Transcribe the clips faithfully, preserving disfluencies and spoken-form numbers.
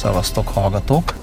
Szevasztok, hallgatók!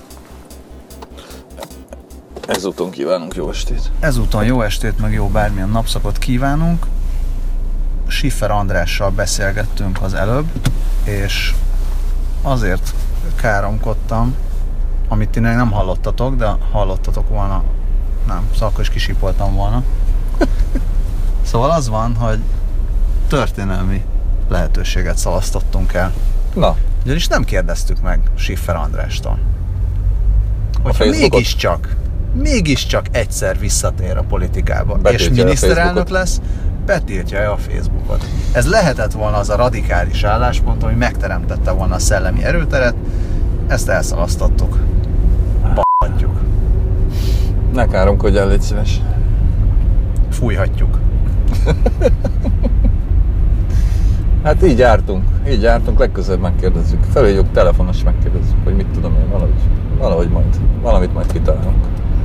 Ezúton kívánunk jó estét. Ezúton jó estét, meg jó bármilyen napszakot kívánunk. Schiffer Andrással beszélgettünk az előbb, és azért káromkodtam, amit ti nem hallottatok, de hallottatok volna, nem, szóval akkor is kisipoltam volna. Szóval az van, hogy történelmi lehetőséget szalasztottunk el. Na. Ugyanis nem kérdeztük meg Schiffer Andrástól, hogyha mégiscsak, mégiscsak egyszer visszatér a politikába, betiltja és miniszterelnök lesz, betiltja-e a Facebookot. Ez lehetett volna az a radikális álláspont, ami megteremtette volna a szellemi erőteret, ezt elszalasztottuk. B***antjuk. Ne káromkodjál, légy szíves. Fújhatjuk. Hát így jártunk, így jártunk, legközelebb megkérdezzük. Felüljük telefonos, megkérdezzük, hogy mit tudom én, valahogy, valahogy majd, valamit majd kitalálunk.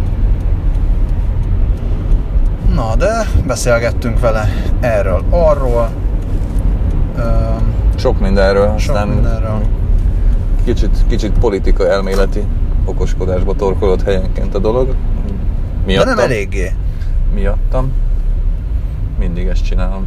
Na, de beszélgettünk vele erről, arról. Öm, sok mindenről, sok aztán mindenről. Kicsit, kicsit politika elméleti okoskodásba torkolott helyenként a dolog. Miattam, de nem eléggé. Miattam. Mindig ezt csinálom.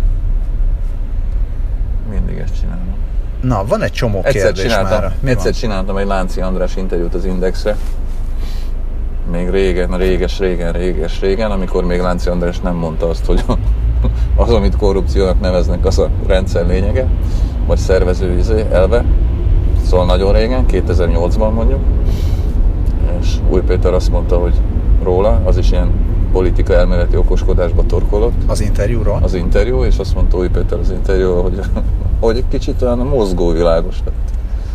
Mindig ezt csinálom. Na, van egy csomó egyszer kérdés csináltam, már. Mi egyszer van? Csináltam egy Lánci András interjút az Indexre. Még régen, réges, régen, réges, régen, amikor még Lánci András nem mondta azt, hogy az, amit korrupciónak neveznek, az a rendszer lényege, vagy szervező izé, elve. Szóval nagyon régen, kétezer-nyolcban mondjuk. És Új Péter azt mondta, hogy róla, az is ilyen politika elméleti okoskodásba torkolott. Az interjúról? Az interjú, és azt mondta Új Péter az interjú, hogy, hogy egy kicsit olyan mozgóvilágos lett.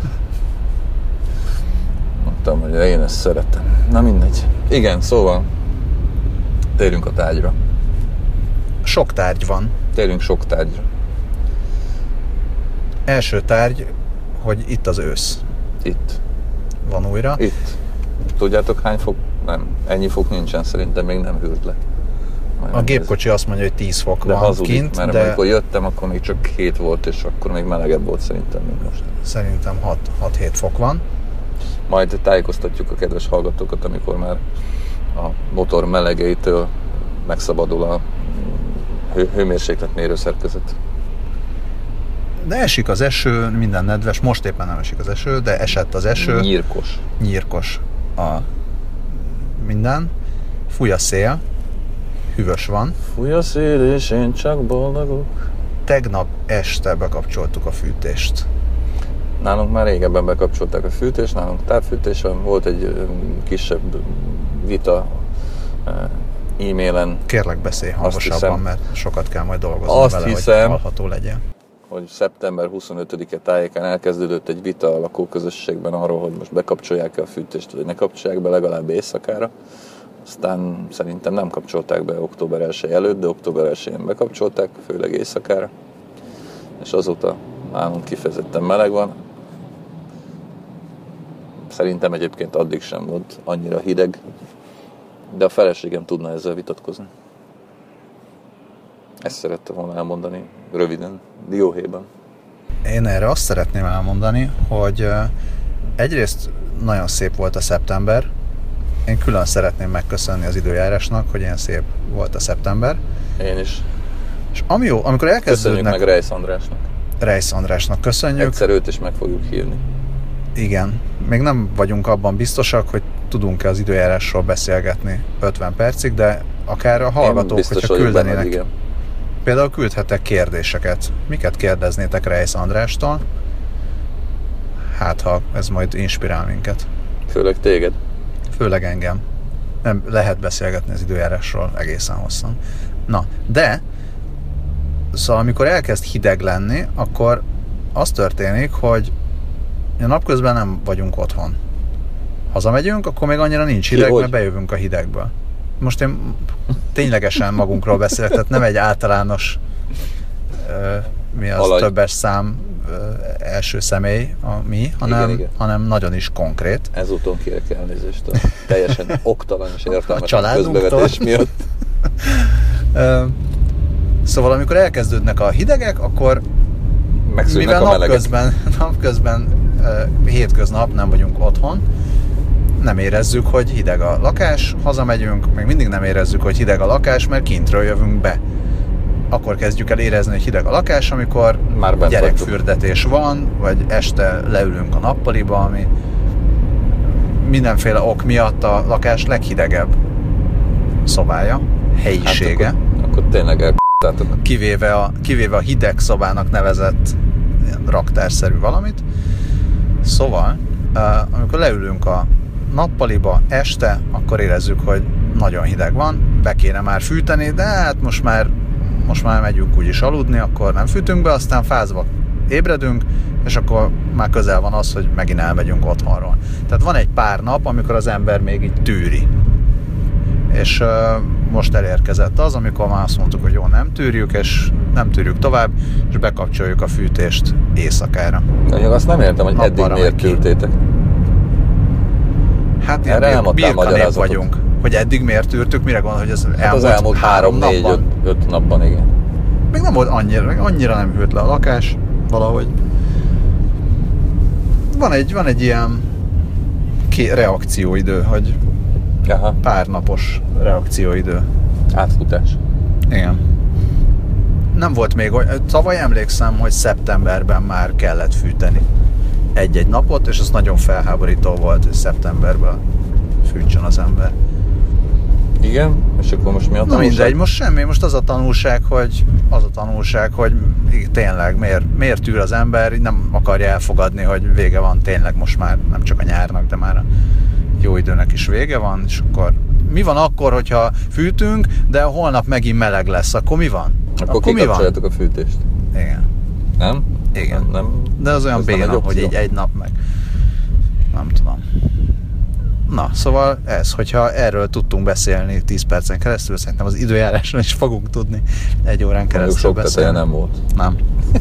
Mondtam, hogy én ezt szeretem. Na mindegy. Igen, szóval térjünk a tárgyra. Sok tárgy van. Térjünk sok tárgyra. Első tárgy, hogy itt az ősz. Itt. Van újra. Itt. Tudjátok hány fok? Nem. Ennyi fok nincsen, szerintem még nem hűlt le. Majd a gépkocsi azt mondja, hogy tíz fok de van hazudik, kint, mert de amikor jöttem, akkor még csak hét volt, és akkor még melegebb volt szerintem, mint most. Szerintem hat-hét fok van. Majd tájékoztatjuk a kedves hallgatókat, amikor már a motor melegeitől megszabadul a hő, hőmérséklet mérőszerkezet. De esik az eső, minden nedves, most éppen nem esik az eső, de esett az eső. Nyírkos. Nyírkos a minden. Fúj a szél, hűvös van. Fúj a szél, és én csak boldogok. Tegnap este bekapcsoltuk a fűtést. Nálunk már régebben bekapcsolták a fűtést, nálunk távfűtés van, volt egy kisebb vita e-mailen. Kérlek, beszélj hangosabban, hiszem, mert sokat kell majd dolgozni azt vele, hiszem, hogy hallható legyen. Hogy szeptember huszonötödike tájékán elkezdődött egy vita a lakóközösségben arról, hogy most bekapcsolják-e a fűtést, vagy ne kapcsolják be legalább éjszakára. Aztán szerintem nem kapcsolták be október elseje előtt, de október elsején bekapcsolták, főleg éjszakára. És azóta nálunk kifejezetten meleg van. Szerintem egyébként addig sem volt annyira hideg, de a feleségem tudna ezzel vitatkozni. Ezt szerettem volna elmondani röviden, dióhéjban. Én erre azt szeretném elmondani, hogy egyrészt nagyon szép volt a szeptember. Én külön szeretném megköszönni az időjárásnak, hogy ilyen szép volt a szeptember. Én is. És ami jó, amikor elkezdődnek... Köszönjük meg Reisz Andrásnak. Reisz Andrásnak köszönjük. Egyszer őt is meg fogjuk hívni. Igen. Még nem vagyunk abban biztosak, hogy tudunk-e az időjárásról beszélgetni ötven percig, de akár a hallgatók, hogyha küldenének... Benned, igen. Például küldhetek kérdéseket. Miket kérdeznétek Reisz Andrástól? Hát, ha ez majd inspirál minket. Főleg téged. Főleg engem. Nem lehet beszélgetni az időjárásról egészen hosszan. Na, de szóval amikor elkezd hideg lenni, akkor az történik, hogy a napközben nem vagyunk otthon. Hazamegyünk, akkor még annyira nincs hideg, Ki, mert bejövünk a hidegből. Most én ténylegesen magunkról beszélek, tehát nem egy általános ö, mi az Alany. Többes szám ö, első személy a mi, hanem, igen, igen. hanem nagyon is konkrét. Ezúton kérek elnézést a teljesen oktalan és értelmetlen közbevetés miatt. Ö, szóval amikor elkezdődnek a hidegek, akkor megszűnnek mivel a melegek. napközben, napközben hétköznap nem vagyunk otthon, nem érezzük, hogy hideg a lakás, hazamegyünk, még mindig nem érezzük, hogy hideg a lakás, mert kintről jövünk be. Akkor kezdjük el érezni, hogy hideg a lakás, amikor Már gyerekfürdetés van, vagy este leülünk a nappaliba, ami mindenféle ok miatt a lakás leghidegebb szobája, helyisége. Hát akkor, akkor tényleg elk***tátok. Kivéve a, kivéve a hideg szobának nevezett ilyen raktárszerű valamit. Szóval, amikor leülünk a nappaliba este, akkor érezzük, hogy nagyon hideg van, be kéne már fűteni, de hát most már, most már megyünk úgyis aludni, akkor nem fűtünk be, aztán fázva ébredünk, és akkor már közel van az, hogy megint elmegyünk otthonról. Tehát van egy pár nap, amikor az ember még így tűri. És uh, most elérkezett az, amikor már azt mondtuk, hogy jó, nem tűrjük, és nem tűrjük tovább, és bekapcsoljuk a fűtést éjszakára. Én azt nem értem, hogy eddig miért tűrtétek. Hát ilyen birka nép vagyunk. Hogy eddig miért tűrtük, mire gondol, hogy ez hát elmúlt, az elmúlt három, négy, öt, öt napban, igen. Még nem volt annyira, még annyira nem hűlt le a lakás, valahogy. Van egy, van egy ilyen ké- reakcióidő, hogy Aha. pár napos reakcióidő. Átfutás. Igen. Nem volt még olyan, tavaly emlékszem, hogy szeptemberben már kellett fűteni egy-egy napot, és ez nagyon felháborító volt, hogy szeptemberben fűtsön az ember. Igen, és akkor most mi a tanulság? Na mindegy, most semmi, most az a tanulság, hogy az a tanulság, hogy tényleg miért, miért tűr az ember, nem akarja elfogadni, hogy vége van, tényleg most már nem csak a nyárnak, de már a jó időnek is vége van, és akkor mi van akkor, hogyha fűtünk, de holnap megint meleg lesz, akkor mi van? Akkor, akkor kikapcsoljátok a fűtést. Igen. Nem? Igen. Nem, nem. De az olyan béna, hogy így egy nap meg. Nem tudom. Na, szóval ez, hogyha erről tudtunk beszélni tíz percen keresztül, szerintem az időjárásról is fogunk tudni egy órán keresztül sok beszélni. nem volt. Nem.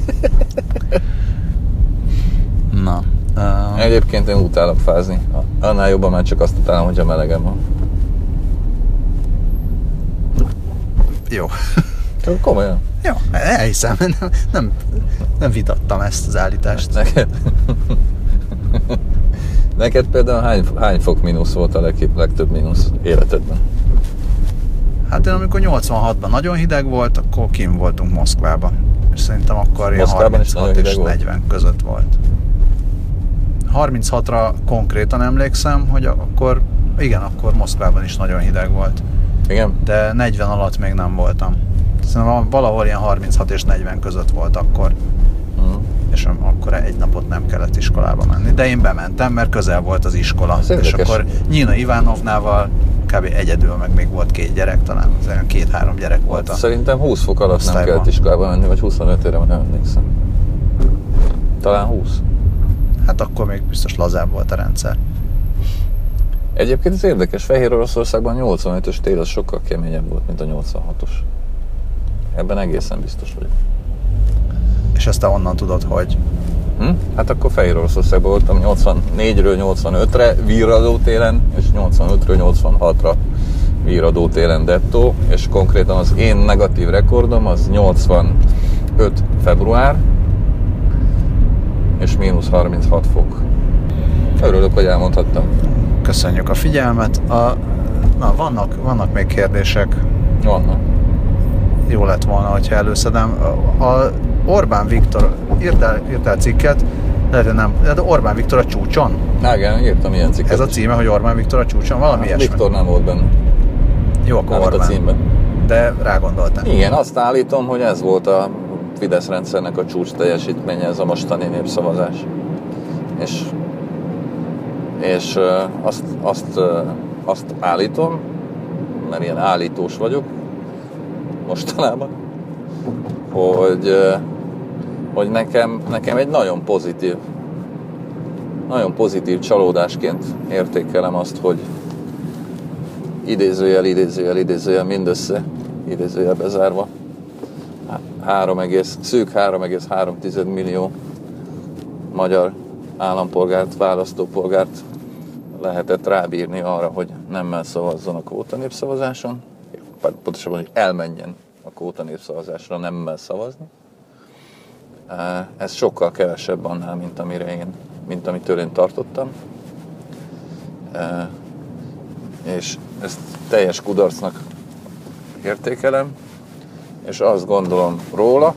Na. Uh... Egyébként én utálok fázni. Annál jobban már csak azt utálom, hogyha melegem van. Jó. Komolyan. Jó, elhiszem, nem, nem, nem vitattam ezt az állítást. Neked, Neked például hány, hány fok mínusz volt a leg, legtöbb mínusz életedben? Hát én amikor nyolcvanhatban nagyon hideg volt, akkor kim voltunk Moszkvában. És szerintem akkor ilyen harminchat és negyven között volt. harminchatra konkrétan emlékszem, hogy akkor, igen, akkor Moszkvában is nagyon hideg volt. Igen? De negyven alatt még nem voltam. Szerintem valahol ilyen harminchat és negyven között volt akkor. Mm. És akkor egy napot nem kellett iskolába menni. De én bementem, mert közel volt az iskola. Ez és érdekes. Akkor Nyina Ivánovnával kb. Egyedül, meg még volt két gyerek, talán két-három gyerek volt. A Szerintem húsz fok alatt osztályban. Nem kellett iskolába menni, vagy huszonöt-ére, nem emlékszem. Talán húsz. Hát akkor még biztos lazább volt a rendszer. Egyébként ez érdekes, Fehér Oroszországban nyolcvanötös tél az sokkal keményebb volt, mint a nyolcvanhatos. Ebben egészen biztos vagyok. És ezt te onnan tudod, hogy? Hm? Hát akkor Fehér Oroszországban voltam nyolcvannégyről nyolcvanötre virradó télen, és nyolcvanötről nyolcvanhatra virradó télen dettó, és konkrétan az én negatív rekordom az nyolcvanöt február, és mínusz harminchat fok. Örülök, hogy elmondhattam. Köszönjük a figyelmet. A, na, vannak, vannak még kérdések. Vannak. Jó lett volna, hogyha előszedem. A, a Orbán Viktor írtál, írtál cikket, lehet, hogy nem, de Orbán Viktor a csúcson? Igen, írtam ilyen cikket. Ez a címe, hogy Orbán Viktor a csúcson? Valami ilyesmi. Viktor nem volt benne. Jó, akkor nem Orbán. A címben. De rágondoltam. Igen, azt állítom, hogy ez volt a Fidesz rendszernek a csúcs teljesítménye, ez a mostani népszavazás. És, és azt, azt, azt állítom, mert ilyen állítós vagyok mostanában, hogy, hogy nekem, nekem egy nagyon pozitív, nagyon pozitív csalódásként értékelem azt, hogy idézőjel, idézőjel, idézőjel mindössze, idézőjel bezárva, három egész, szűk három egész három millió magyar állampolgárt, választópolgárt lehetett rábírni arra, hogy nemmel szavazzon a kvóta népszavazáson, pontosabban, hogy elmenjen a kvóta népszavazásra nemmel szavazni. Ez sokkal kevesebb annál, mint amire én mint amitől én tartottam. És ezt teljes kudarcnak értékelem, és azt gondolom róla,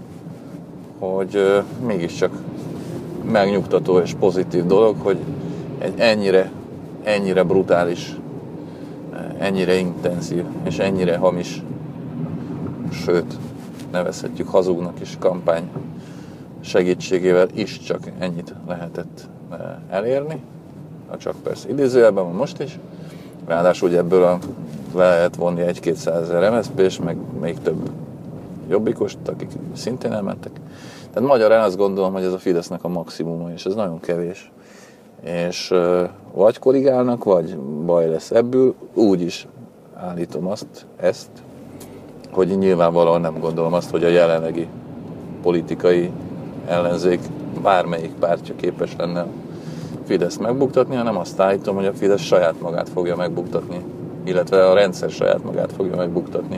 hogy mégiscsak megnyugtató és pozitív dolog, hogy egy ennyire, ennyire brutális, ennyire intenzív és ennyire hamis, sőt, nevezhetjük hazugnak is kampány segítségével is csak ennyit lehetett elérni. Csak persze idézőjelben van most is. Ráadásul ugye ebből a, le lehet vonni egy-kétszázezer em es zé pés, meg még több jobbikost, akik szintén elmentek. Tehát magyarán azt gondolom, hogy ez a Fidesznek a maximuma, és ez nagyon kevés. És vagy korrigálnak, vagy baj lesz ebből. Úgy is állítom azt, ezt, hogy nyilvánvalóan nem gondolom azt, hogy a jelenlegi politikai ellenzék bármelyik pártja képes lenne Fidesz megbuktatni, hanem azt állítom, hogy a Fidesz saját magát fogja megbuktatni, illetve a rendszer saját magát fogja megbuktatni.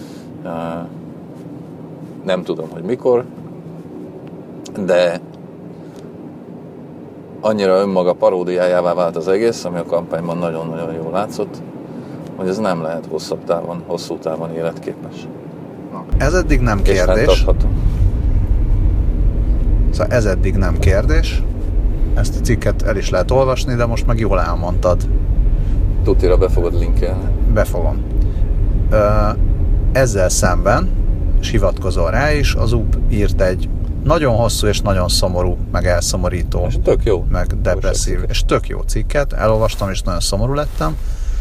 Nem tudom, hogy mikor, de annyira önmaga paródiájává vált az egész, ami a kampányban nagyon-nagyon jól látszott, hogy ez nem lehet hosszabb távon, hosszú távon életképes. Ez eddig nem kérdés. Szóval ez eddig nem kérdés. Ezt a cikket el is lehet olvasni, de most meg jól elmondtad. Tutira be fogod linkelni. Befogom. Ezzel szemben, és hivatkozol rá is, az u pé írt egy nagyon hosszú és nagyon szomorú, meg elszomorító, és tök jó. meg depresszív, és tök jó cikket. Elolvastam, és nagyon szomorú lettem.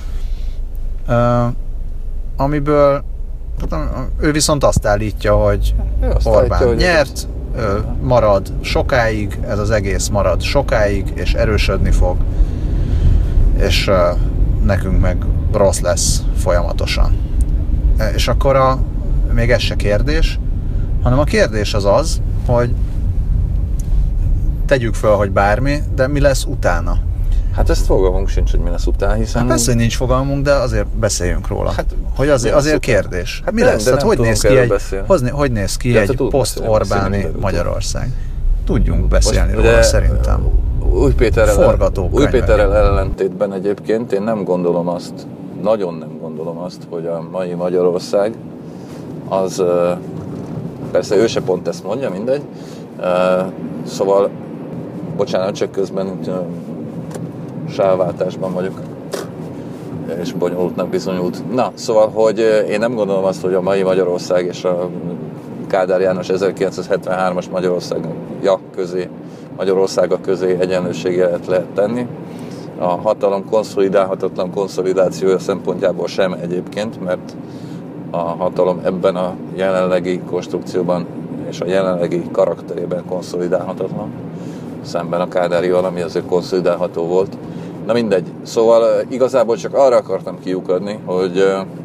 Amiből ő viszont azt állítja, hogy azt Orbán állítja, hogy nyert, marad sokáig, ez az egész marad sokáig, és erősödni fog, és nekünk meg rossz lesz folyamatosan. És akkor a, még ez se kérdés, hanem a kérdés az az, hogy tegyük föl, hogy bármi, de mi lesz utána? Hát ezt fogalmunk sincs, hogy mi lesz utána, hiszen... Hát persze, hogy nincs fogalmunk, de azért beszéljünk róla. Hát, hogy azért, azért kérdés. Hát mi nem, lesz? Hát hogy, néz ki egy, hozni, hogy néz ki de egy poszt-Orbáni Magyarország? Tudjunk beszélni most, róla, szerintem. Új Péterrel, Új Péterrel ellentétben egyébként én nem gondolom azt, nagyon nem gondolom azt, hogy a mai Magyarország az... Persze ő se pont ezt mondja, mindegy. Szóval, bocsánat, csak közben sávváltásban vagyok, és bonyolultnak bizonyult. Na, szóval, hogy én nem gondolom azt, hogy a mai Magyarország és a Kádár János ezerkilencszázhetvenhármas Magyarországja közé, Magyarországa közé egyenlőségjelet lehet tenni. A hatalom konszolidálhatatlan konszolidációja szempontjából sem egyébként, mert a hatalom ebben a jelenlegi konstrukcióban és a jelenlegi karakterében konszolidálhatatlan, szemben a kádárival, ami azért konszolidálható volt. Na mindegy. Szóval igazából csak arra akartam kiukadni, hogy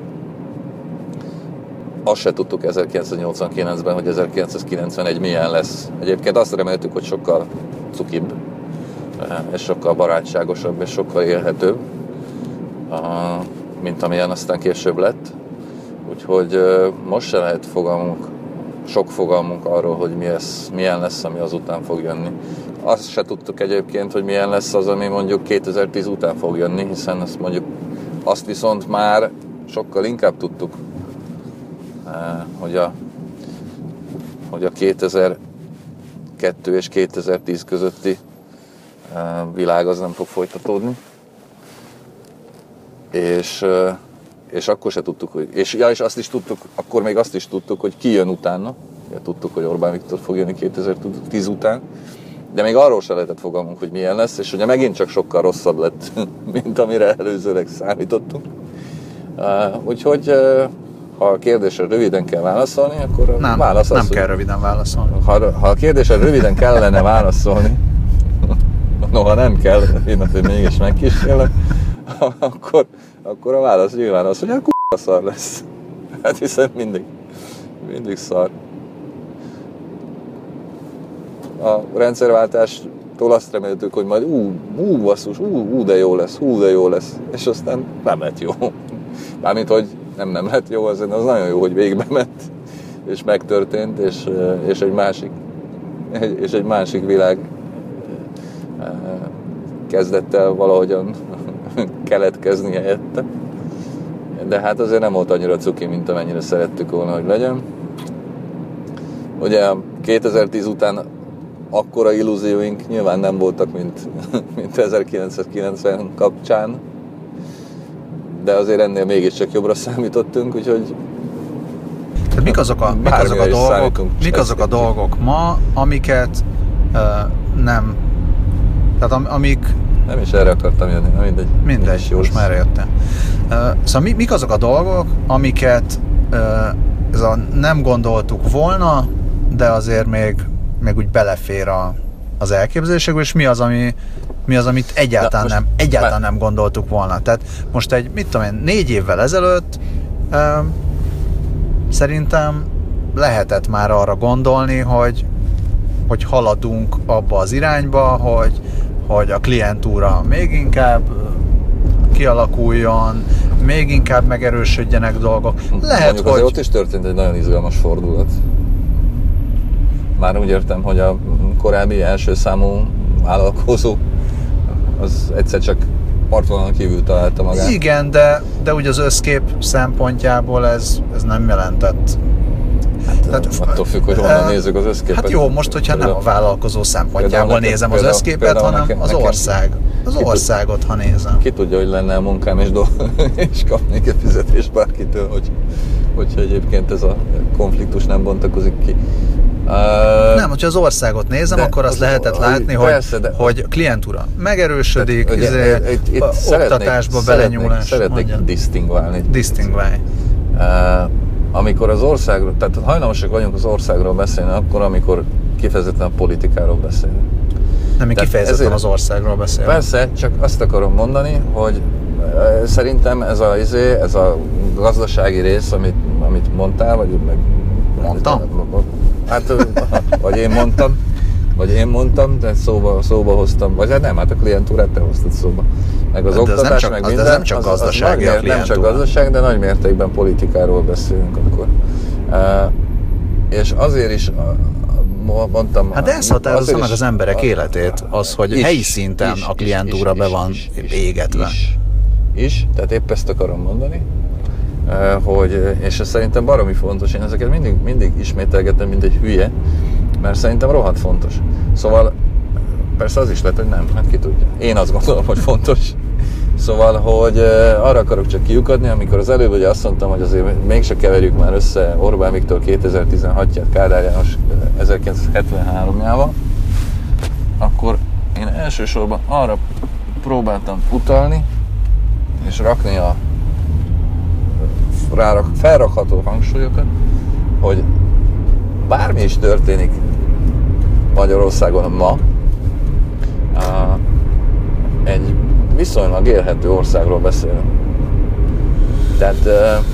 azt se tudtuk ezerkilencszáznyolcvankilencben, hogy ezerkilencszázkilencvenegy milyen lesz. Egyébként azt reméltük, hogy sokkal cukibb, és sokkal barátságosabb, és sokkal élhetőbb, mint amilyen aztán később lett. Úgyhogy most se lehet fogalmunk, sok fogalmunk arról, hogy mi lesz, milyen lesz, ami azután fog jönni. Azt se tudtuk egyébként, hogy milyen lesz az, ami mondjuk kétezer-tíz után fog jönni, hiszen azt mondjuk, azt viszont már sokkal inkább tudtuk, hogy a, hogy a kétezer-kettő és kétezer-tíz közötti világ az nem fog folytatódni. És, és akkor se tudtuk, hogy, és, ja, és azt is tudtuk, akkor még azt is tudtuk, hogy ki jön utána. Ja, tudtuk, hogy Orbán Viktor fog jönni kétezer-tíz után. De még arról se lehetett fogalmunk, hogy milyen lesz, és ugye megint csak sokkal rosszabb lett, mint amire előzőleg számítottunk. Uh, úgyhogy uh, ha a kérdésre röviden kell válaszolni, akkor a nem, válasz nem az, kell röviden válaszolni. Ha, ha a kérdésre röviden kellene válaszolni, noha nem kell, én hogy mégis megkísérlek, akkor, akkor a válasz nyilván az, hogy a k***a szar lesz. Hát hiszen mindig, mindig szar. A rendszerváltástól azt reméltük, hogy majd ú, ú, basszus, ú, ú, de jó lesz, ú, de jó lesz, és aztán nem lett jó. Mármint, hogy nem, nem lett jó, az, az nagyon jó, hogy végbe ment, és megtörtént, és, és, egy másik, és egy másik világ kezdett el valahogyan keletkezni helyette. De hát azért nem volt annyira cuki, mint amennyire szerettük volna, hogy legyen. Ugye kétezer-tíz után akkora illúzióink nyilván nem voltak, mint, mint ezerkilencszázkilencven kapcsán, de azért ennél mégiscsak jobbra számítottunk, úgyhogy tehát mik azok a, mik azok a, dolgok, mik azok a dolgok ma, amiket uh, nem, tehát am, amik... Nem is erre akartam jönni, nem mindegy. Mindegy, jó, most már jöttem. Uh, szóval mi, mik azok a dolgok, amiket uh, ez a nem gondoltuk volna, de azért még, még úgy belefér a, az elképzelésekbe, és mi az, ami, mi az, amit egyáltalán, nem, egyáltalán nem gondoltuk volna. Tehát most egy, mit tudom én, négy évvel ezelőtt uh, szerintem lehetett már arra gondolni, hogy, hogy haladunk abba az irányba, hogy, hogy a klientúra még inkább kialakuljon, még inkább megerősödjenek dolgok. Lehet, mondjuk hogy... azért ott is történt egy nagyon izgalmas fordulat. Már úgy értem, hogy a korábbi első számú vállalkozó az egyszer csak partvonalon kívül találta magát. Igen, de, de úgy az összkép szempontjából ez, ez nem jelentett. Hát, Tehát, attól függ, hogy honnan nézzük az összképet. Hát jó, most, hogyha például, nem a vállalkozó szempontjából nekem, nézem például, az összképet, hanem nekem, az ország. Az országot, ha nézem. Ki tudja, hogy lenne a munkám, és, do- és kapnék egy fizetést bárkitől, hogy, hogyha egyébként ez a konfliktus nem bontakozik ki. Uh, nem, hogyha az országot nézem, akkor azt lehetett látni, persze, hogy, hogy klientúra megerősödik, de, izé, ugye, itt, itt oktatásba belenyúlás. Szeretnék, szeretnék disztingválni. Disztingválj. Uh, amikor az országról, tehát hajlamosak vagyunk az országról beszélni, akkor, amikor kifejezetten a politikáról beszélünk. Nem, mi kifejezetten ezért, az országról beszélünk. Persze, csak azt akarom mondani, hogy uh, szerintem ez a, izé, ez a gazdasági rész, amit, amit mondtál, vagy meg mondtam? Hát, vagy én mondtam, vagy én mondtam, de szóba, szóba hoztam, vagy hát nem, hát a klientúrát te hoztad szóba. Meg az de oktatás, csak, meg az minden. Ez nem csak gazdasági az, az nem csak gazdaság, de nagy mértékben politikáról beszélünk akkor. Uh, és azért is uh, mondtam... Hát de ez határozza meg az emberek életét, az, hogy is, helyi szinten is, a klientúra is, be van is, is, égetve. Is, is, tehát épp ezt akarom mondani. Hogy, és ez szerintem baromi fontos, én ezeket mindig, mindig ismételgetem, mint egy hülye, mert szerintem rohadt fontos. Szóval persze az is lehet, hogy nem, hát ki tudja. Én azt gondolom, hogy fontos. Szóval, hogy arra akarok csak kiukadni, amikor az előbb ugye azt mondtam, hogy azért mégse keverjük már össze Orbán Viktor kétezer-tizenhatját Kádár János ezerkilencszázhetvenháromjával, akkor én elsősorban arra próbáltam utalni, és rakni a rárak, felrakható hangsúlyokat, hogy bármi is történik Magyarországon ma, egy viszonylag élhető országról beszélünk. Tehát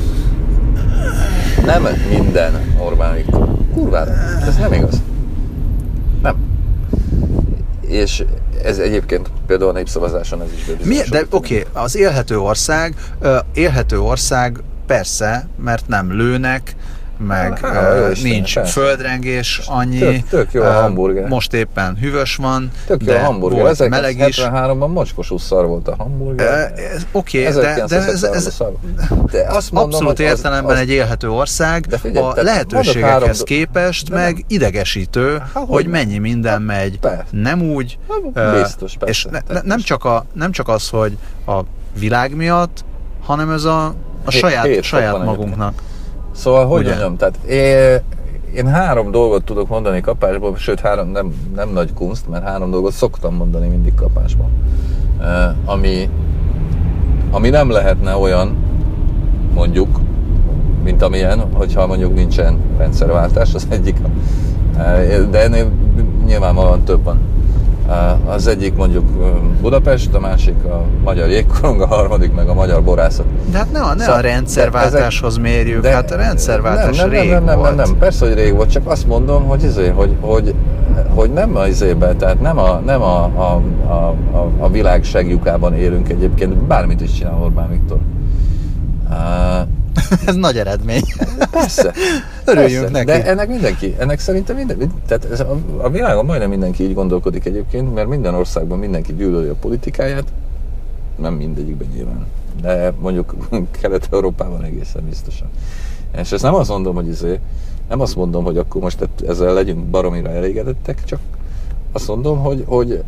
nem minden Orbán Viktor. Kurvára. Ez nem igaz. Nem. És ez egyébként például a népszavazáson ez is bebizonyosodott. De oké, okay, az élhető ország, élhető ország persze, mert nem lőnek, meg Há, uh, Isten, nincs persze. földrengés annyi, tök, tök jó a hamburger. Most éppen hüvös van, tök jó de a hamburger. volt meleg is. ezerkilencszázhetvenháromban mocskosú szar volt a hamburger. Uh, Oké, okay, de, de ez, ez de azt mondom, abszolút értelemben az... egy élhető ország, figyelj, a lehetőségekhez három... képest meg nem. idegesítő, Há, hogy, hogy mennyi minden megy, persze. nem úgy, biztos, persze, és ne, ne, nem, csak a, nem csak az, hogy a világ miatt, hanem ez a, a hét, saját, hét saját magunknak. Szóval, hogy ugye? mondjam, tehát én, én három dolgot tudok mondani kapásból, sőt, három nem, nem nagy kunst, mert három dolgot szoktam mondani mindig kapásból. Uh, ami, ami nem lehetne olyan, mondjuk, mint amilyen, hogyha mondjuk nincsen rendszerváltás, az egyik. Uh, de ennél nyilvánvalóan több van. Uh, az egyik mondjuk Budapest, a másik a magyar jégkorong, a harmadik meg a magyar borászat. De hát ne a, ne szóval, a rendszerváltáshoz ezek, mérjük, de, hát a rendszerváltás nem, nem, rég nem, nem, volt. Nem, nem, persze, hogy rég volt, csak azt mondom, hogy, izé, hogy, hogy, hogy nem az izében, tehát nem a, nem a, a, a, a, a világ seglyukában élünk egyébként, bármit is csinál Orbán Viktor. Uh, Ez nagy eredmény. Persze. Örüljünk persze. neki. De ennek mindenki, ennek szerintem minden, tehát ez a, a világon majdnem mindenki így gondolkodik egyébként, mert minden országban mindenki gyűlöli a politikáját, nem mindegyikben nyilván, de mondjuk Kelet-Európában egészen biztosan. És ezt nem azt mondom, hogy izé, nem azt mondom, hogy akkor most ezzel legyünk baromira elégedettek, csak azt mondom, hogy, hogy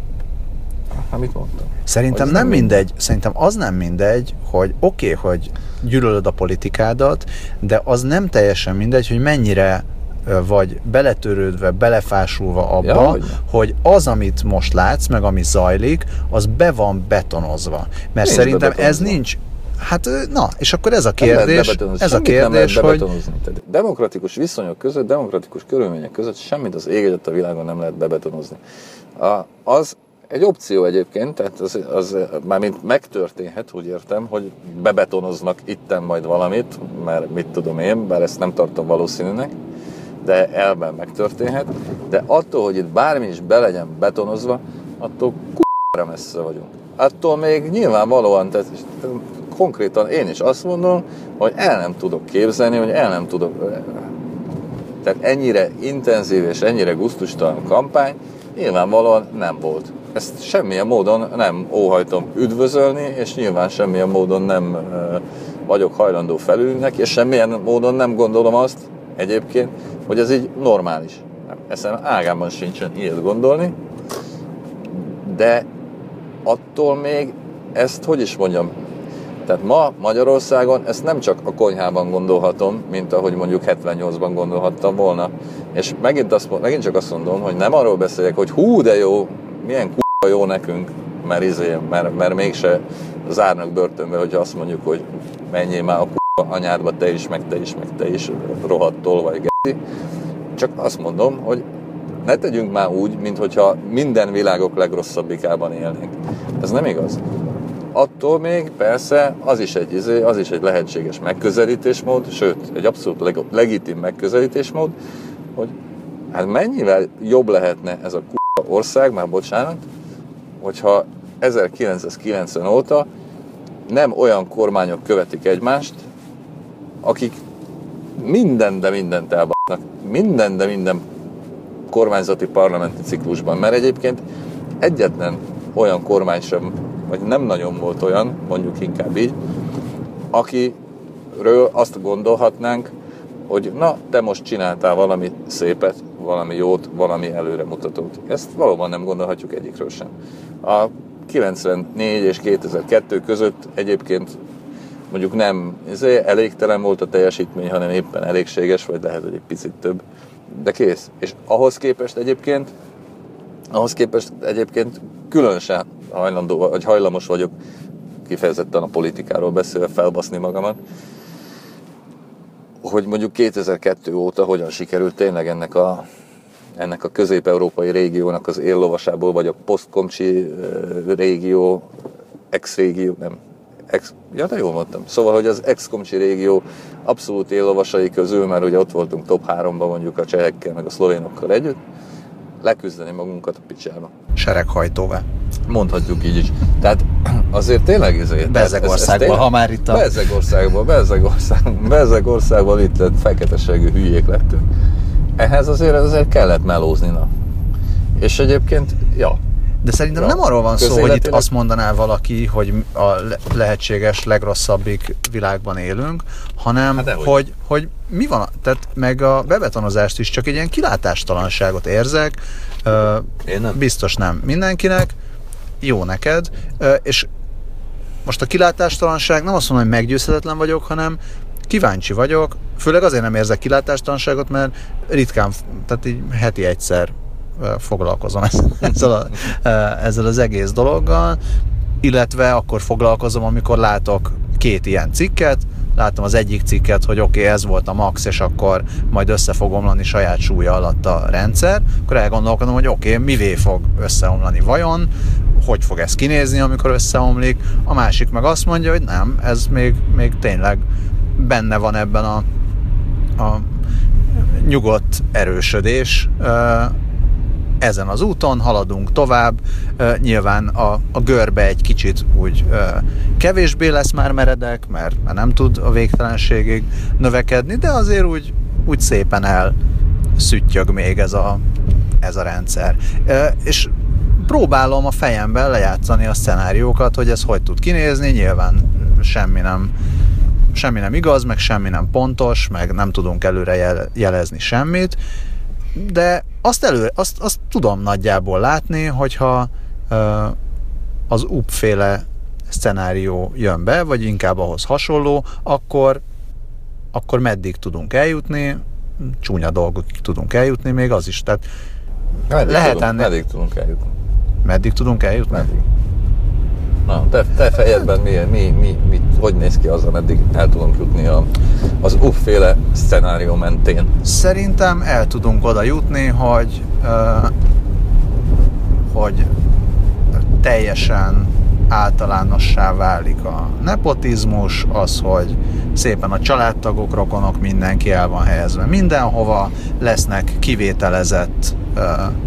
hát mit mondtam? Szerintem nem, nem mindegy, mindegy, szerintem az nem mindegy, hogy oké, okay, hogy gyűlölöd a politikádat, de az nem teljesen mindegy, hogy mennyire vagy beletörődve, belefásulva abba, ja, hogy, hogy az, amit most látsz, meg ami zajlik, az be van betonozva. Mert nincs szerintem ez nincs. Hát na, és akkor ez a kérdés, ez a kérdés, hogy... Tehát demokratikus viszonyok között, demokratikus körülmények között semmit az ég egyet a világon nem lehet bebetonozni. A, az egy opció egyébként, tehát az, az mármint megtörténhet, úgy értem, hogy bebetonoznak itten majd valamit, mert mit tudom én, bár ezt nem tartom valószínűnek, de elben megtörténhet, de attól, hogy itt bármi is be legyen betonozva, attól k***ra messze vagyunk. Attól még nyilvánvalóan, tehát konkrétan én is azt mondom, hogy el nem tudok képzelni, hogy el nem tudok, tehát ennyire intenzív és ennyire gusztustalan kampány nyilvánvalóan nem volt. Ezt semmilyen módon nem óhajtom üdvözölni, és nyilván semmilyen módon nem vagyok hajlandó felülnek, és semmilyen módon nem gondolom azt egyébként, hogy ez így normális. Eszem ágában sincsen ilyet gondolni, de attól még ezt, hogy is mondjam, tehát ma Magyarországon ezt nem csak a konyhában gondolhatom, mint ahogy mondjuk hetvennyolcban gondolhattam volna. És megint, azt, megint csak azt mondom, hogy nem arról beszéljek, hogy hú, de jó, milyen k***a jó nekünk, mert, izé, mert, mert mégse zárnak börtönbe, hogy azt mondjuk, hogy menjél már a k***a anyádba, te is, meg te is, meg te is, rohadt tolvaj g***i. Csak azt mondom, hogy ne tegyünk már úgy, minthogyha minden világok legrosszabbikában élnénk. Ez nem igaz. Attól még persze az is egy, izé, az is egy lehetséges megközelítésmód, sőt, egy abszolút leg- legitim megközelítésmód, hogy hát mennyivel jobb lehetne ez a k***a ország, már bocsánat, hogyha ezerkilencszázkilencven óta nem olyan kormányok követik egymást, akik minden, de mindent elbasznak, minden, de minden kormányzati parlamenti ciklusban, mert egyébként egyetlen olyan kormány sem, vagy nem nagyon volt olyan, mondjuk inkább így, akiről azt gondolhatnánk, hogy na, te most csináltál valami szépet, valami jót, valami előremutatót. Ezt valóban nem gondolhatjuk egyikről sem. A kilencvennégy és kétezer-kettő között egyébként mondjuk nem elégtelen volt a teljesítmény, hanem éppen elégséges, vagy lehet, hogy egy picit több, de kész. És ahhoz képest egyébként, ahhoz képest egyébként különösen hajlandó, vagy hajlamos vagyok kifejezetten a politikáról beszélve felbaszni magamat, hogy mondjuk kétezer-kettő óta hogyan sikerült tényleg ennek a, ennek a közép-európai régiónak az éllovasából, vagy a posztkomcsi régió, ex-régió, nem, ex, ja, de jól mondtam. Szóval, hogy az ex-komcsi régió abszolút éllovasai közül, mert ugye ott voltunk top háromban mondjuk a csehekkel, meg a szlovénokkal együtt, leküzdeni magunkat a picsába. Sereghajtóvá. Mondhatjuk így is. Tehát azért tényleg ezért... Bezegországban, ha már itt a... Bezegországban, Bezegországban, Bezegországban itt lett feketeségű hülyék lettünk. Ehhez azért, azért kellett melózni, na. És egyébként, ja. De szerintem ja, nem arról van szó, hogy itt azt mondaná valaki, hogy a lehetséges legrosszabbik világban élünk, hanem hát hogy, hogy, hogy mi van, tehát meg a bebetonozást is csak egy ilyen kilátástalanságot érzek. Én nem. Biztos nem mindenkinek, jó neked, és most a kilátástalanság, nem azt mondom, hogy meggyőzhetetlen vagyok, hanem kíváncsi vagyok, főleg azért nem érzek kilátástalanságot, mert ritkán, tehát így heti egyszer foglalkozom ezzel, a, ezzel az egész dologgal, illetve akkor foglalkozom, amikor látok két ilyen cikket, látom az egyik cikket, hogy oké, okay, ez volt a max, és akkor majd össze fog omlani saját súlya alatt a rendszer, akkor elgondolkodom, hogy oké, okay, mivé fog összeomlani vajon, hogy fog ez kinézni, amikor összeomlik, a másik meg azt mondja, hogy nem, ez még, még tényleg benne van ebben a, a nyugodt erősödés ezen az úton haladunk tovább, nyilván a, a görbe egy kicsit úgy kevésbé lesz már meredek, mert, mert nem tud a végtelenségig növekedni, de azért úgy, úgy szépen elszüttyög még ez a, ez a rendszer. És próbálom a fejemben lejátszani a szenáriókat, hogy ez hogy tud kinézni, nyilván semmi nem, semmi nem igaz, meg semmi nem pontos, meg nem tudunk előre jelezni semmit, de azt, elő, azt, azt tudom nagyjából látni, hogyha uh, az u pé-féle szenárió jön be, vagy inkább ahhoz hasonló, akkor, akkor meddig tudunk eljutni, csúnya dolgokig tudunk eljutni, még az is. Tehát meddig, lehet tudunk, ennél... meddig tudunk eljutni? Meddig tudunk eljutni? Meddig. Na, te, te fejedben mi, mi, mi, mi, hogy néz ki az, ameddig el tudunk jutni a, az u pé-féle szenárió mentén? Szerintem el tudunk oda jutni, hogy, uh, hogy teljesen általánossá válik a nepotizmus, az, hogy szépen a családtagok, rokonok, mindenki el van helyezve mindenhova, lesznek kivételezett uh,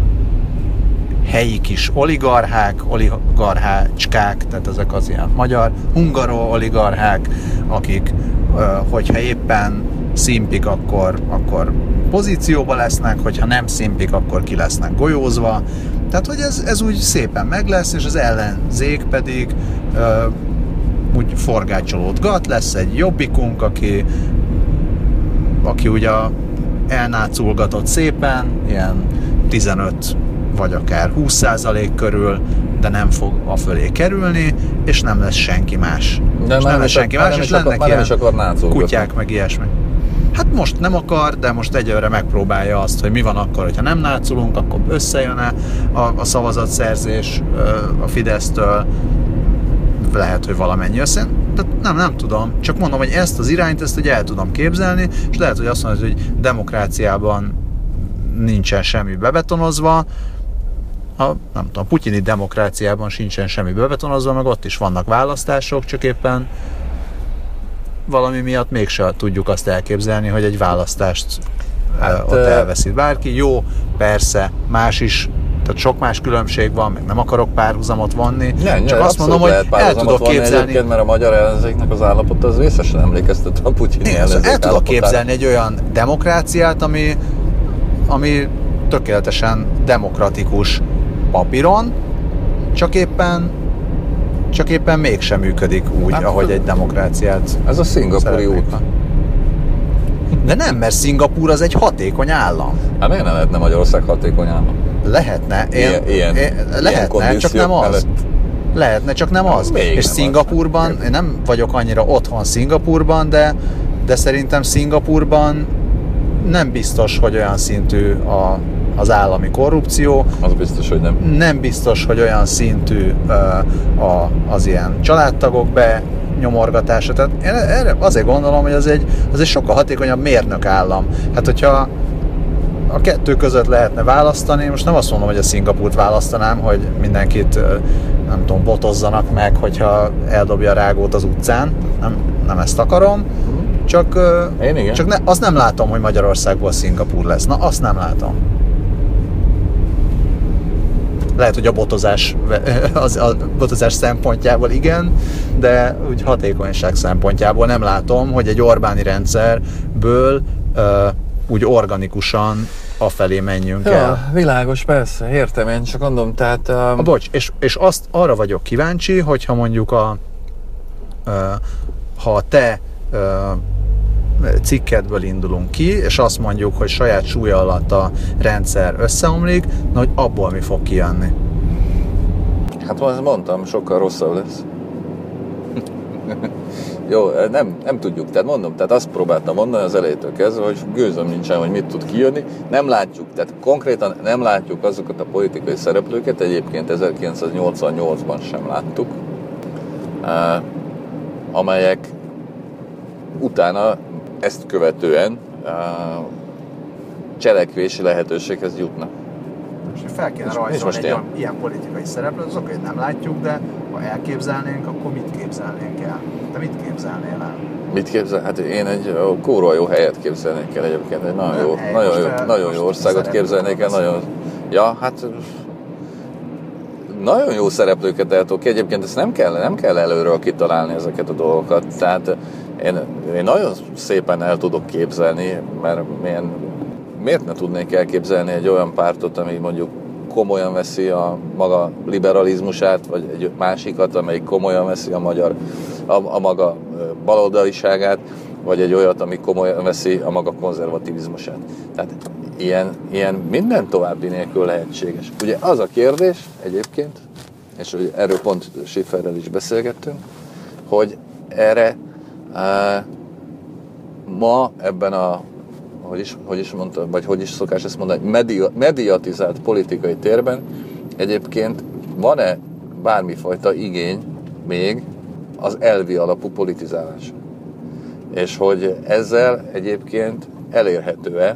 helyi kis oligarchák, oligarchácskák, tehát ezek az ilyen magyar, hungaró oligarchák, akik, hogyha éppen szimpik, akkor, akkor pozícióba lesznek, hogyha nem szimpik, akkor ki lesznek golyózva. Tehát, hogy ez, ez úgy szépen meg lesz, és az ellenzék pedig uh, úgy forgácsolódgat, lesz egy jobbikunk, aki, aki ugye elnáculgatott szépen, ilyen tizenöt vagy akár húsz százalék körül, de nem fog a fölé kerülni, és nem lesz senki más. De és nem lesz senki más, és lennek ilyen kutyák, meg ilyesmi. Hát most nem akar, de most egyelőre megpróbálja azt, hogy mi van akkor, hogyha nem náculunk, akkor összejön-e a, a szavazatszerzés a Fidesztől, lehet, hogy valamennyi össze. Tehát nem, nem tudom. Csak mondom, hogy ezt az irányt, ezt ugye el tudom képzelni, és lehet, hogy azt mondod, hogy demokráciában nincsen semmi bebetonozva, a, nem tudom, putyini demokráciában sincsen semmi bebetonozva, meg ott is vannak választások, csak éppen valami miatt mégsem tudjuk azt elképzelni, hogy egy választást hát, ott elveszít bárki. Jó, persze, más is, tehát sok más különbség van, meg nem akarok párhuzamot vonni, ne, csak ne, azt mondom, hogy el tudok képzelni... Mert a magyar ellenzéknek az állapota az vészesen emlékeztet a putyini ellenzék el tudok képzelni egy olyan demokráciát, ami, ami tökéletesen demokratikus papíron, csak éppen csak éppen mégsem működik úgy, hát, ahogy egy demokráciát ez a szingapúri út. De nem, mert Szingapúr az egy hatékony állam. Hát miért nem lehetne Magyarország hatékony állam? Lehetne. Én, ilyen, ilyen, én, lehetne, ilyen csak nem az. Mellett. Lehetne, csak nem az. Még és nem Szingapúrban, az. Én nem vagyok annyira otthon Szingapúrban, de, de szerintem Szingapúrban nem biztos, hogy olyan szintű a, az állami korrupció. Az biztos, hogy nem. Nem biztos, hogy olyan szintű uh, a, az ilyen családtagok benyomorgatása. Tehát én erre azért gondolom, hogy az egy, az egy sokkal hatékonyabb mérnök állam. Hát, hogyha a kettő között lehetne választani, most nem azt mondom, hogy a Szingapúrt választanám, hogy mindenkit, nem tudom, botozzanak meg, hogyha eldobja a rágót az utcán. Nem, nem ezt akarom. Csak, Én csak ne, azt nem látom, hogy Magyarországból Szingapúr lesz. Na, azt nem látom. Lehet, hogy a botozás, az, a botozás szempontjából igen, de úgy hatékonyság szempontjából nem látom, hogy egy Orbáni rendszerből uh, úgy organikusan afelé menjünk ja, el. Világos, persze, értem, én csak mondom, tehát... Um... A, bocs, és, és azt arra vagyok kíváncsi, hogyha mondjuk a uh, ha a te uh, cikkedből indulunk ki, és azt mondjuk, hogy saját súlya alatt a rendszer összeomlik, na, hogy abból mi fog kijönni? Hát most mondtam, sokkal rosszabb lesz. Jó, nem, nem tudjuk, tehát mondom, tehát azt próbáltam mondani az elejétől kezdve, hogy gőzöm nincsen, hogy mit tud kijönni. Nem látjuk, tehát konkrétan nem látjuk azokat a politikai szereplőket, egyébként ezerkilencszáznyolcvannyolcban sem láttuk, amelyek utána ezt követően cselekvési lehetőséghez jutnak. És fel kéne rajzolni egy olyan, ilyen politikai szereplőt, azok, hogy nem látjuk, de ha elképzelnénk, akkor mit képzelnénk el? Te mit képzelnél el? Mit képzel? Hát én egy kurva jó helyet képzelnék el egyébként, egy nagyon jó, nagyon jó, nagyon jó országot képzelnék el, nagyon Ja, hát nagyon jó szereplőket eltok ki. Egyébként ezt nem kell, nem kell előről kitalálni ezeket a dolgokat. Tehát én, én nagyon szépen el tudok képzelni, mert milyen, miért ne tudnék elképzelni egy olyan pártot, ami mondjuk komolyan veszi a maga liberalizmusát, vagy egy másikat, amelyik komolyan veszi a magyar, a, a maga baloldaliságát, vagy egy olyat, ami komolyan veszi a maga konzervativizmusát. Tehát ilyen, ilyen minden további nélkül lehetséges. Ugye az a kérdés egyébként, és erről pont Schifferrel is beszélgettünk, hogy erre e, ma ebben a, hogy is, hogy is mondta, vagy hogy is szokás ezt mondani, media, mediatizált politikai térben egyébként van-e bármifajta igény még az elvi alapú politizálásra? És hogy ezzel egyébként elérhető-e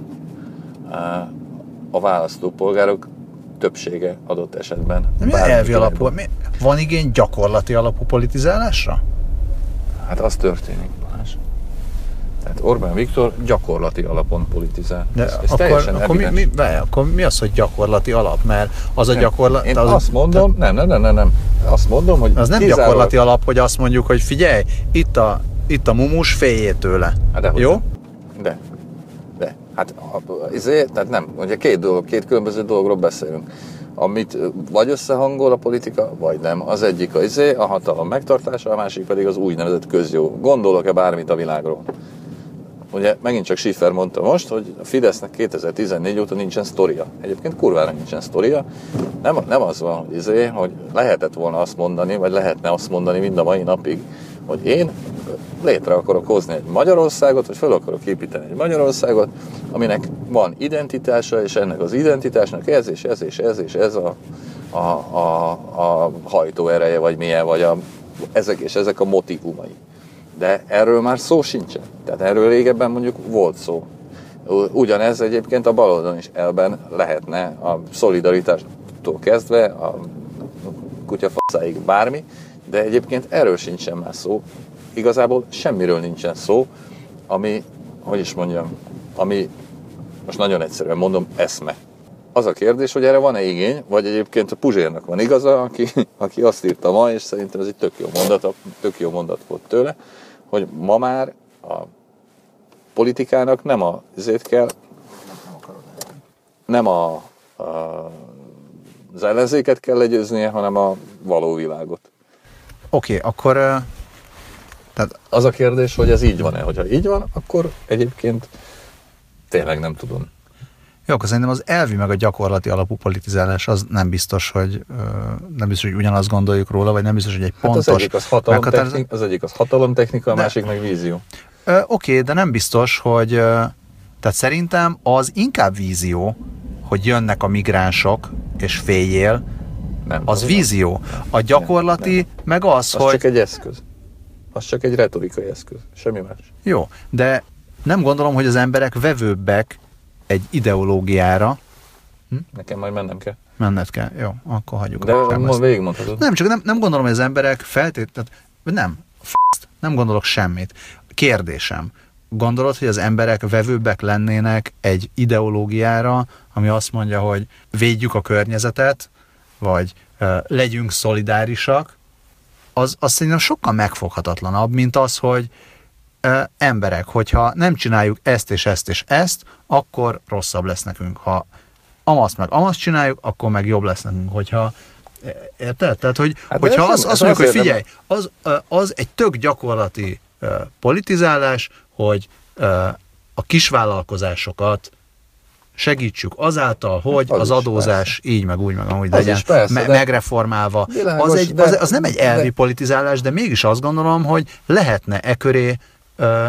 a választópolgárok többsége adott esetben. De mi elvi alapú? Mi? Van igény gyakorlati alapú politizálásra? Hát az történik, Balázs. Tehát Orbán Viktor gyakorlati alapon politizál. De ez, ez akkor, akkor, mi, mi, be, akkor mi az, hogy gyakorlati alap? Mert az a gyakorlat... Én az, azt mondom, nem, nem, nem, nem, nem. Azt mondom, hogy... Az nem kizárólag... gyakorlati alap, hogy azt mondjuk, hogy figyelj, itt a, itt a mumus, féljél tőle. Hát jó? Nem. De. De. Hát ezért, tehát nem. Ugye két dolog, két különböző dologról beszélünk. Amit vagy összehangol a politika, vagy nem. Az egyik a izé, a hatalom megtartása, a másik pedig az úgynevezett közjó. Gondolok-e bármit a világról? Ugye megint csak Schiffer mondta most, hogy a Fidesznek kétezer-tizennégy óta nincsen sztoria. Egyébként kurvára nincsen sztoria. Nem, nem az van, hogy, izé, hogy lehetett volna azt mondani, vagy lehetne azt mondani mind a mai napig, hogy én létre akarok hozni egy Magyarországot, vagy fel akarok építeni egy Magyarországot, aminek van identitása, és ennek az identitásnak ez és ez és ez és ez a, a, a, a hajtóereje, vagy milyen, vagy a, ezek és ezek a motivumai. De erről már szó sincsen. Tehát erről régebben mondjuk volt szó. Ugyanez egyébként a baloldalon is elben lehetne a szolidaritástól kezdve a kutyafasszáig bármi, de egyébként erről sincsen már szó. Igazából semmiről nincsen szó, ami, hogy is mondjam, ami, most nagyon egyszerűen mondom, eszme. Az a kérdés, hogy erre van-e igény, vagy egyébként a Puzsérnak van igaza, aki, aki azt írta ma, és szerintem ez egy tök jó mondat, tök jó mondat volt tőle, hogy ma már a politikának nem a, ezért kell, nem a, a, az ellenzéket kell legyőznie, hanem a való világot. Oké, okay, akkor... Uh, tehát az a kérdés, hogy ez így van-e. Hogyha így van, akkor egyébként tényleg nem tudom. Jó, akkor szerintem az elvi meg a gyakorlati alapú politizálás az nem biztos, hogy uh, nem biztos, hogy ugyanazt gondoljuk róla, vagy nem biztos, hogy egy pontos... Hát az egyik az hatalomtechnika, az egyik az hatalomtechnika, a de, másik meg vízió. Uh, Oké, okay, de nem biztos, hogy... Uh, tehát szerintem az inkább vízió, hogy jönnek a migránsok, és féljél, nem, az nem, vízió. A gyakorlati nem, nem. meg az, az hogy... csak egy eszköz. Az csak egy retorikai eszköz. Semmi más. Jó, de nem gondolom, hogy az emberek vevőbbek egy ideológiára. Hm? Nekem majd mennem kell. Menned kell. Jó, akkor hagyjuk. De most végigmondhatod. Nem, csak nem, nem gondolom, hogy az emberek feltétlenül... Nem, f***t, nem gondolok semmit. Kérdésem. Gondolod, hogy az emberek vevőbbek lennének egy ideológiára, ami azt mondja, hogy védjük a környezetet, vagy uh, legyünk szolidárisak, az, az szerintem sokkal megfoghatatlanabb, mint az, hogy uh, emberek, hogyha nem csináljuk ezt és ezt és ezt, akkor rosszabb lesz nekünk. Ha amazt meg amazt csináljuk, akkor meg jobb lesz nekünk. Hogyha, érted? Tehát, hogy, hát hogyha az, azt mondjuk, hogy figyelj, az, az egy tök gyakorlati uh, politizálás, hogy uh, a kisvállalkozásokat segítsük azáltal, hogy az, az adózás így, meg úgy, meg amúgy legyen persze, me- megreformálva. Világos, az, egy, de, az, az nem egy elvi de, politizálás, de mégis azt gondolom, hogy lehetne e köré ö,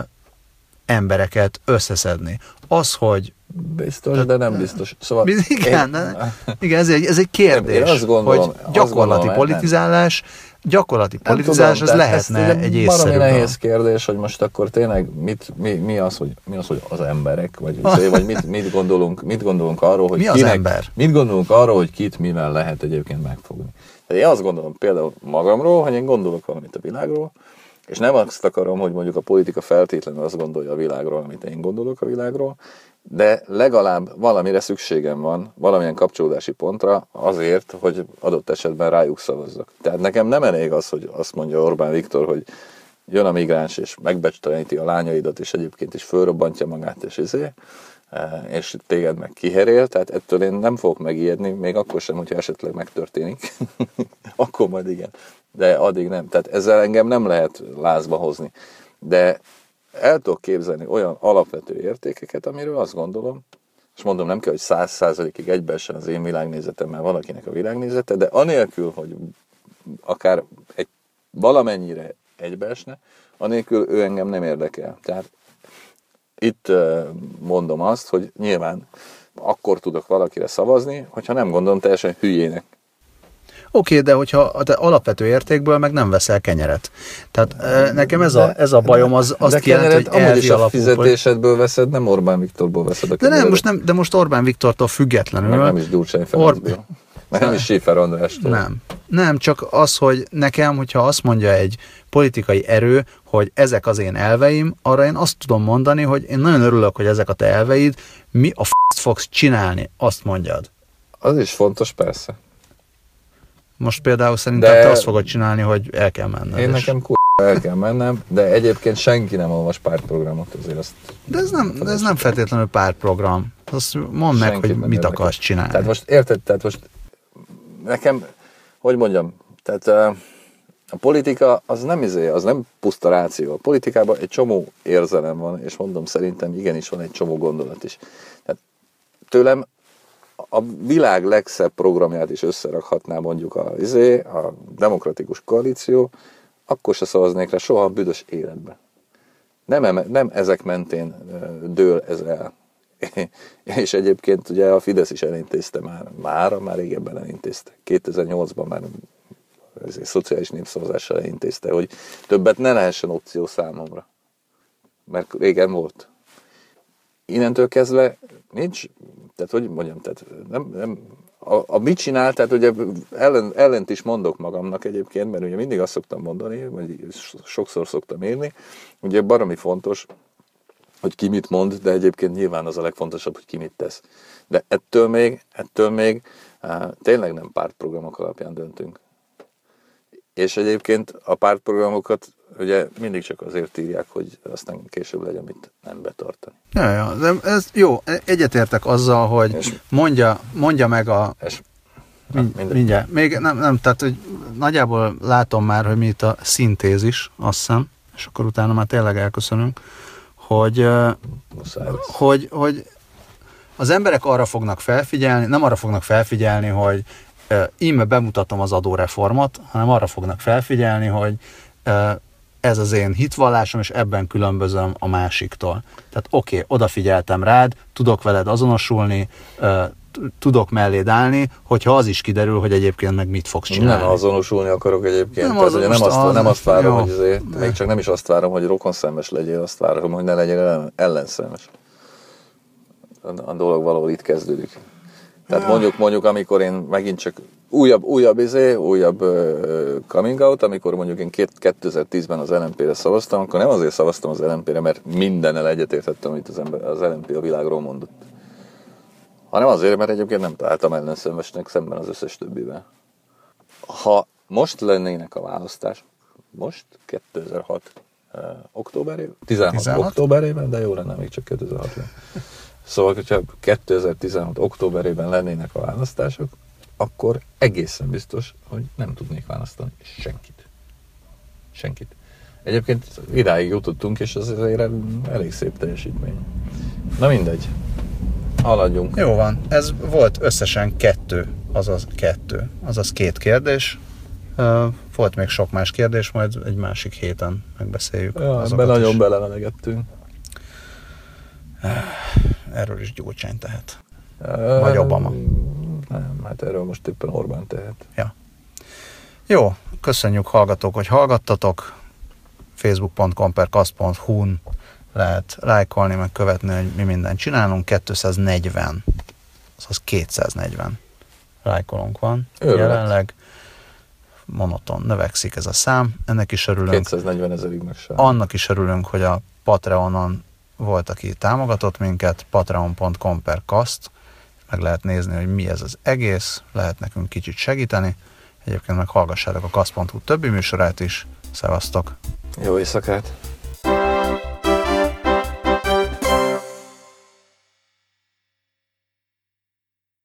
embereket összeszedni. Az, hogy... Biztos, de nem biztos. Szóval igen, én, de, igen ez, egy, ez egy kérdés, én azt gondolom, hogy gyakorlati gondolom, politizálás, gyakorlati nem politizálás, tudom, az lehetne egy észszerű. Baromi nehéz kérdés, hogy most akkor tényleg mit, mi, mi, az, hogy, mi az, hogy az emberek, vagy, vagy mit, mit, gondolunk, mit gondolunk arról, hogy mi kinek, az ember? Mit gondolunk arról, hogy kit mivel lehet egyébként megfogni. Tehát én azt gondolom például magamról, hogy én gondolok valamit a világról, És nem azt akarom, hogy mondjuk a politika feltétlenül azt gondolja a világról, amit én gondolok a világról, de legalább valamire szükségem van, valamilyen kapcsolódási pontra azért, hogy adott esetben rájuk szavazzak. Tehát nekem nem elég az, hogy azt mondja Orbán Viktor, hogy jön a migráns, és megbecsteleníti a lányaidat, és egyébként is fölrobbantja magát, és izé, és téged meg kiherél, tehát ettől én nem fogok megijedni, még akkor sem, hogyha esetleg megtörténik. Akkor majd igen. De addig nem. Tehát ezzel engem nem lehet lázba hozni. De el tudok képzelni olyan alapvető értékeket, amiről azt gondolom, és mondom, nem kell, hogy száz százalékig egybeessen az én világnézetemmel valakinek a világnézete, de anélkül, hogy akár egy valamennyire egybeesne, anélkül ő engem nem érdekel. Tehát itt mondom azt, hogy nyilván akkor tudok valakire szavazni, hogyha nem gondolom teljesen hülyének. Oké, okay, de hogyha a te alapvető értékből meg nem veszel kenyeret. Tehát de, nekem ez a, ez a bajom, az azt jelenti, hogy elvi amúgy is a fizetésedből veszed, nem Orbán Viktorból veszed a de nem, most nem, de most Orbán Viktortól függetlenül. Meg nem is Gyurcsány Ferencből. Or... Meg nem is Schiffer Andrástól. Nem. Nem, csak az, hogy nekem, hogyha azt mondja egy politikai erő, hogy ezek az én elveim, arra én azt tudom mondani, hogy én nagyon örülök, hogy ezek a te elveid, mi a f***t fogsz csinálni, azt mondjad. Az is fontos, persze. Most például szerintem de te azt fogod csinálni, hogy el kell menned. Én nekem kur... el kell mennem, de egyébként senki nem olvas pártprogramot, azért azt... De ez nem, de ez nem feltétlenül pártprogram. Azt mondd meg, hogy mit akarsz csinálni. Tehát most érted, tehát most nekem, hogy mondjam, tehát a politika az nem izé, az nem puszta ráció. A politikában egy csomó érzelem van, és mondom, szerintem igenis van egy csomó gondolat is. Tehát tőlem a világ legszebb programját is összerakhatná mondjuk a, izé, a demokratikus koalíció, akkor se szavaznék rá soha a büdös életbe. Nem, nem ezek mentén dől ez el. És egyébként ugye a Fidesz is elintézte már, már, már régebben elintézte. kétezer-nyolcban már ezért szociális népszavazással elintézte, hogy többet ne lehessen opció számomra. Mert régen volt. Innentől kezdve nincs, tehát hogy mondjam, tehát nem, nem, a, a mit csinál, tehát ugye ellen, ellent is mondok magamnak egyébként, mert ugye mindig azt szoktam mondani, vagy sokszor szoktam írni, ugye baromi fontos, hogy ki mit mond, de egyébként nyilván az a legfontosabb, hogy ki mit tesz. De ettől még, ettől még tényleg nem pártprogramok alapján döntünk. És egyébként a pártprogramokat ugye mindig csak azért írják, hogy aztán később legyen mit nem betartani. Ja, ja, de ez jó, egyetértek azzal, hogy és mondja, mondja meg a... És, mind, mindjárt. Még nem, nem, tehát hogy nagyjából látom már, hogy mi itt a szintézis, azt hiszem, és akkor utána már tényleg elköszönünk, hogy, hogy, hogy az emberek arra fognak felfigyelni, nem arra fognak felfigyelni, hogy íme bemutatom az adóreformot, hanem arra fognak felfigyelni, hogy ez az én hitvallásom, és ebben különbözöm a másiktól. Tehát oké, okay, odafigyeltem rád, tudok veled azonosulni, tudok melléd állni, hogyha az is kiderül, hogy egyébként meg mit fogsz csinálni. Nem azonosulni akarok egyébként. Nem, az, nem, azt, az, nem azt várom, jó, hogy azért, még csak nem is azt várom, hogy rokonszenves legyél, azt várom, hogy ne legyél ellenszenves. A dolog valahol itt kezdődik. Tehát ja. mondjuk, mondjuk, amikor én megint csak újabb, újabb izé, újabb uh, coming out, amikor mondjuk én kétezer-tízben az el em pére szavaztam, akkor nem azért szavaztam az el em pére, mert mindennel egyetértettem, amit az, ember, az el em pé a világról mondott. Hanem azért, mert egyébként nem találtam ellenszenvesnek szemben az összes többivel. Ha most lennének a választás, most kétezer-hat uh, októberében, tizenhat, tizenhat októberében, de jó lenne, még csak kétezer-hatban. Szóval, hogyha kétezer-tizenhat októberében lennének a választások, akkor egészen biztos, hogy nem tudnék választani senkit. Senkit. Egyébként idáig jutottunk, és ez azért elég szép teljesítmény. Na mindegy. Haladjunk. Jó van. Ez volt összesen kettő, azaz kettő, azaz két kérdés. Volt még sok más kérdés, majd egy másik héten megbeszéljük. Ja, ebben nagyon is belevenegettünk. Erről is Gyurcsány tehet. Vagy Obama. Nem, hát erről most éppen Orbán tehet. Ja. Jó, köszönjük hallgatók, hogy hallgattatok. facebook pont com per kasz pont hu-n lehet lájkolni, meg követni, hogy mi mindent csinálunk. kétszáznegyven, azaz kétszáznegyven lájkolónk van. Őrület. Jelenleg monoton, növekszik ez a szám, ennek is örülünk. kétszáznegyven ezerig meg sem. Annak is örülünk, hogy a Patreonon volt, aki támogatott minket, patreon pont com per kast, meg lehet nézni, hogy mi ez az egész, lehet nekünk kicsit segíteni. Egyébként meg hallgassátok a kast pont hu többi műsorát is. Szevasztok! Jó éjszakát!